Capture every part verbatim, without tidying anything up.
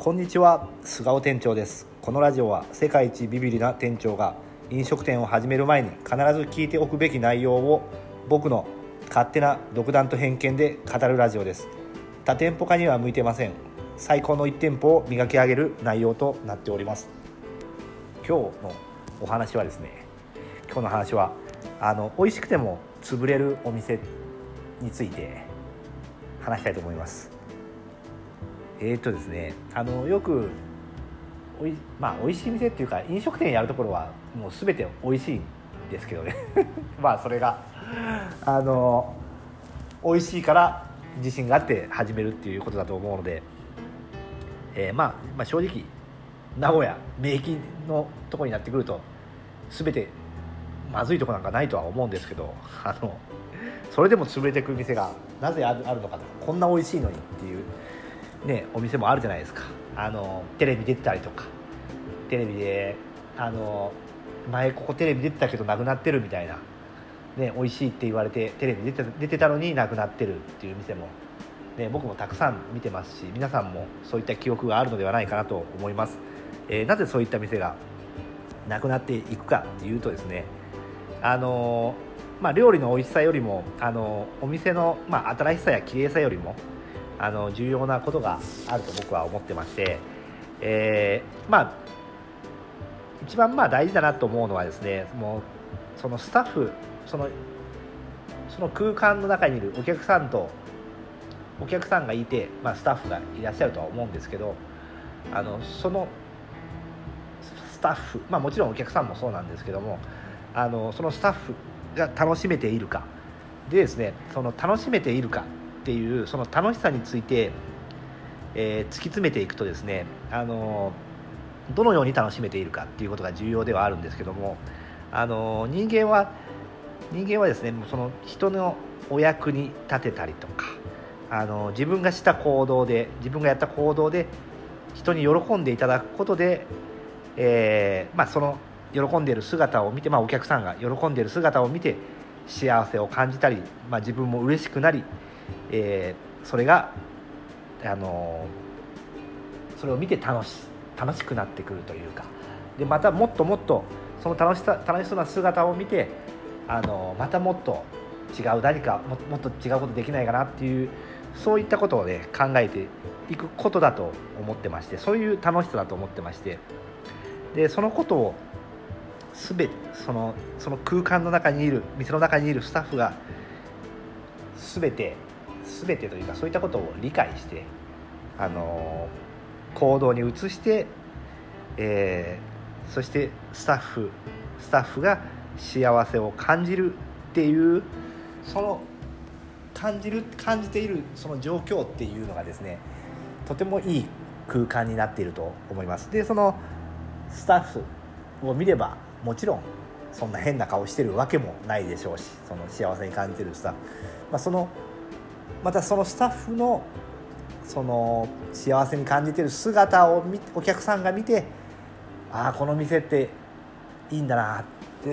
こんにちは、菅尾店長です。このラジオは世界一ビビリな店長が飲食店を始める前に必ず聞いておくべき内容を僕の勝手な独断と偏見で語るラジオです。多店舗化には向いてません。最高のいち店舗を磨き上げる内容となっております。今日のお話はですね今日の話はあの美味しくても潰れるお店について話したいと思います。えーとですねあのよくおい、まあ、美味しい店っていうか飲食店やるところはもう全て美味しいんですけどねまあそれがあの美味しいから自信があって始めるっていうことだと思うので、えーまあ、まあ正直名古屋名駅のところになってくると全てまずいところなんかないとは思うんですけど、あのそれでも潰れてくる店がなぜあるのかと、こんな美味しいのにっていうね、お店もあるじゃないですか。あのテレビ出てたりとか、テレビであの前ここテレビ出てたけどなくなってるみたいな、ね、美味しいって言われてテレビ出て、出てたのになくなってるっていう店も、ね、僕もたくさん見てますし、皆さんもそういった記憶があるのではないかなと思います。えー、なぜそういった店がなくなっていくかっていうとですね、あのまあ、料理の美味しさよりもあのお店の、まあ、新しさや綺麗さよりもあの重要なことがあると僕は思ってまして、えー、まあ一番まあ大事だなと思うのはですね、もうそのスタッフ、そのその空間の中にいるお客さんとお客さんがいて、まあ、スタッフがいらっしゃるとは思うんですけど、あのそのスタッフ、まあもちろんお客さんもそうなんですけども、あのそのスタッフが楽しめているかでですね、その楽しめているかっていうその楽しさについて、えー、突き詰めていくとですね、あのどのように楽しめているかっていうことが重要ではあるんですけども、あの人間は人間はですね、その人のお役に立てたりとか、あの自分がした行動で自分がやった行動で人に喜んでいただくことで、えーまあ、その喜んでいる姿を見て、まあ、お客さんが喜んでいる姿を見て幸せを感じたり、まあ、自分も嬉しくなり、えー、それが、あのー、それを見て楽し、楽しくなってくるというか、でまたもっともっとその楽しさ、楽しそうな姿を見て、あのー、またもっと違う何か も, もっと違うことできないかなっていう、そういったことをね考えていくことだと思ってまして、そういう楽しさだと思ってまして、でそのことをすべてそのその空間の中にいる店の中にいるスタッフがすべてすべてというか、そういったことを理解して、あの行動に移して、えー、そしてスタッフスタッフが幸せを感じるっていう、その感じる感じているその状況っていうのがですね、とてもいい空間になっていると思います。でそのスタッフを見ればもちろんそんな変な顔してるわけもないでしょうし、その幸せに感じてるスタッフ、まあ、そのまたそのスタッフのその幸せに感じてる姿を見お客さんが見て、ああこの店っていいんだなって、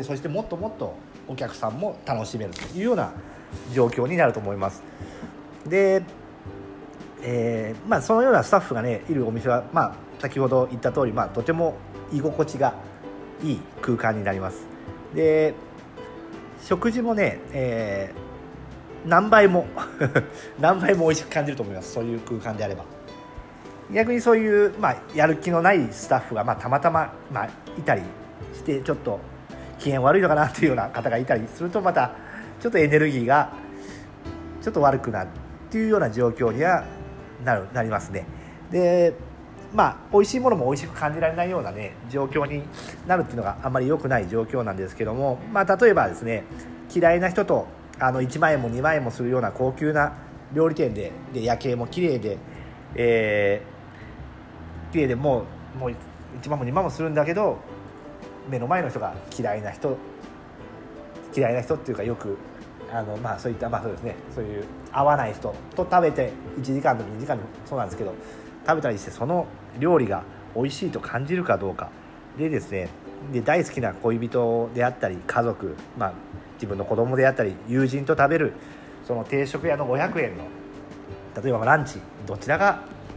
そしてもっともっとお客さんも楽しめるというような状況になると思います。で、えーまあ、そのようなスタッフがねいるお店は、まあ、先ほど言った通り、まあ、とても居心地がいい空間になります。で食事もね、えー、何倍も何倍も美味しく感じると思います。そういう空間であれば。逆にそういう、まあ、やる気のないスタッフが、まあ、たまたま、まあ、いたりしてちょっと機嫌悪いのかなというような方がいたりすると、またちょっとエネルギーがちょっと悪くなるっていうような状況にはなる、なりますね。でまあ美味しいものも美味しく感じられないようなね状況になるっていうのがあんまり良くない状況なんですけども、まあ例えばですね、嫌いな人とあのいちまんえんもにまんえんもするような高級な料理店で、で夜景も綺麗で、えー、綺麗でもうもういちまんもにまんもするんだけど、目の前の人が嫌いな人嫌いな人っていうか、よくあのまあそういったまあそうですね、そういう合わない人と食べていちじかんとかにじかんもそうなんですけど、食べたりしてその料理が美味しいと感じるかどうかでですね、で大好きな恋人であったり家族、まあ、自分の子供であったり友人と食べるその定食屋のごひゃくえんの例えばランチ、どちらが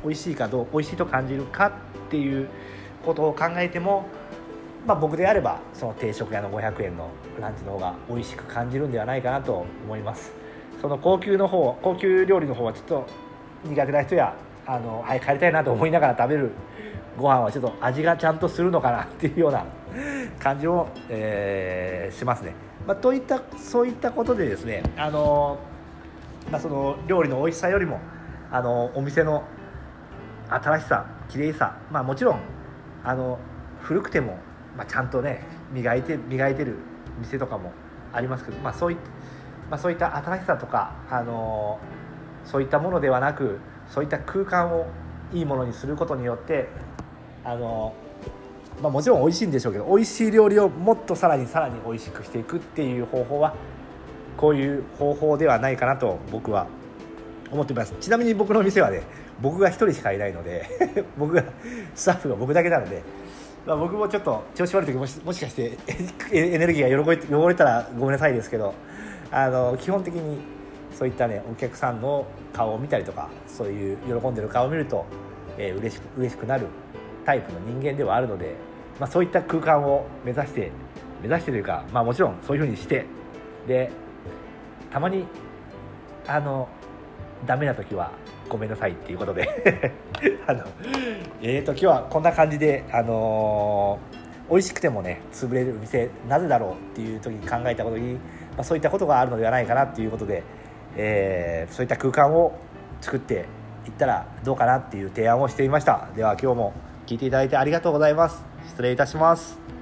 美味しいかどう美味しいと感じるかっていうことを考えても、まあ、僕であればその定食屋のごひゃくえんのランチの方が美味しく感じるんではないかなと思います。その高級の方高級料理の方はちょっと苦手な人やあの、はい、帰りたいなと思いながら食べるご飯はちょっと味がちゃんとするのかなっていうような感じを、えー、しますね。まあ、といったそういったことでですね、あの、まあ、その料理の美味しさよりもあのお店の新しさ綺麗さ、まあ、もちろんあの古くても、まあ、ちゃんとね磨いて磨いてる店とかもありますけど、まあ、そういった、まあ、そういった新しさとかあのそういったものではなく、そういった空間をいいものにすることによってあの、まあ、もちろん美味しいんでしょうけど、美味しい料理をもっとさらにさらに美味しくしていくっていう方法はこういう方法ではないかなと僕は思っています。ちなみに僕の店はね、僕が一人しかいないので僕がスタッフが僕だけなので、まあ、僕もちょっと調子悪い時も し, もしかしてエネルギーが汚れたらごめんなさいですけど、あの基本的にそういったねお客さんの顔を見たりとか、そういう喜んでる顔を見ると、えー、嬉しく嬉しくなるタイプの人間ではあるので、まあ、そういった空間を目指して目指してというか、まあ、もちろんそういう風にして、でたまにあのダメな時はごめんなさいっていうことであの、えーと今日はこんな感じで、あのー、美味しくてもね潰れる店なぜだろうっていう時に考えたことに、まあ、そういったことがあるのではないかなっていうことで、えー、そういった空間を作っていったらどうかなっていう提案をしてみました。では今日も聞いていただいてありがとうございます。失礼いたします。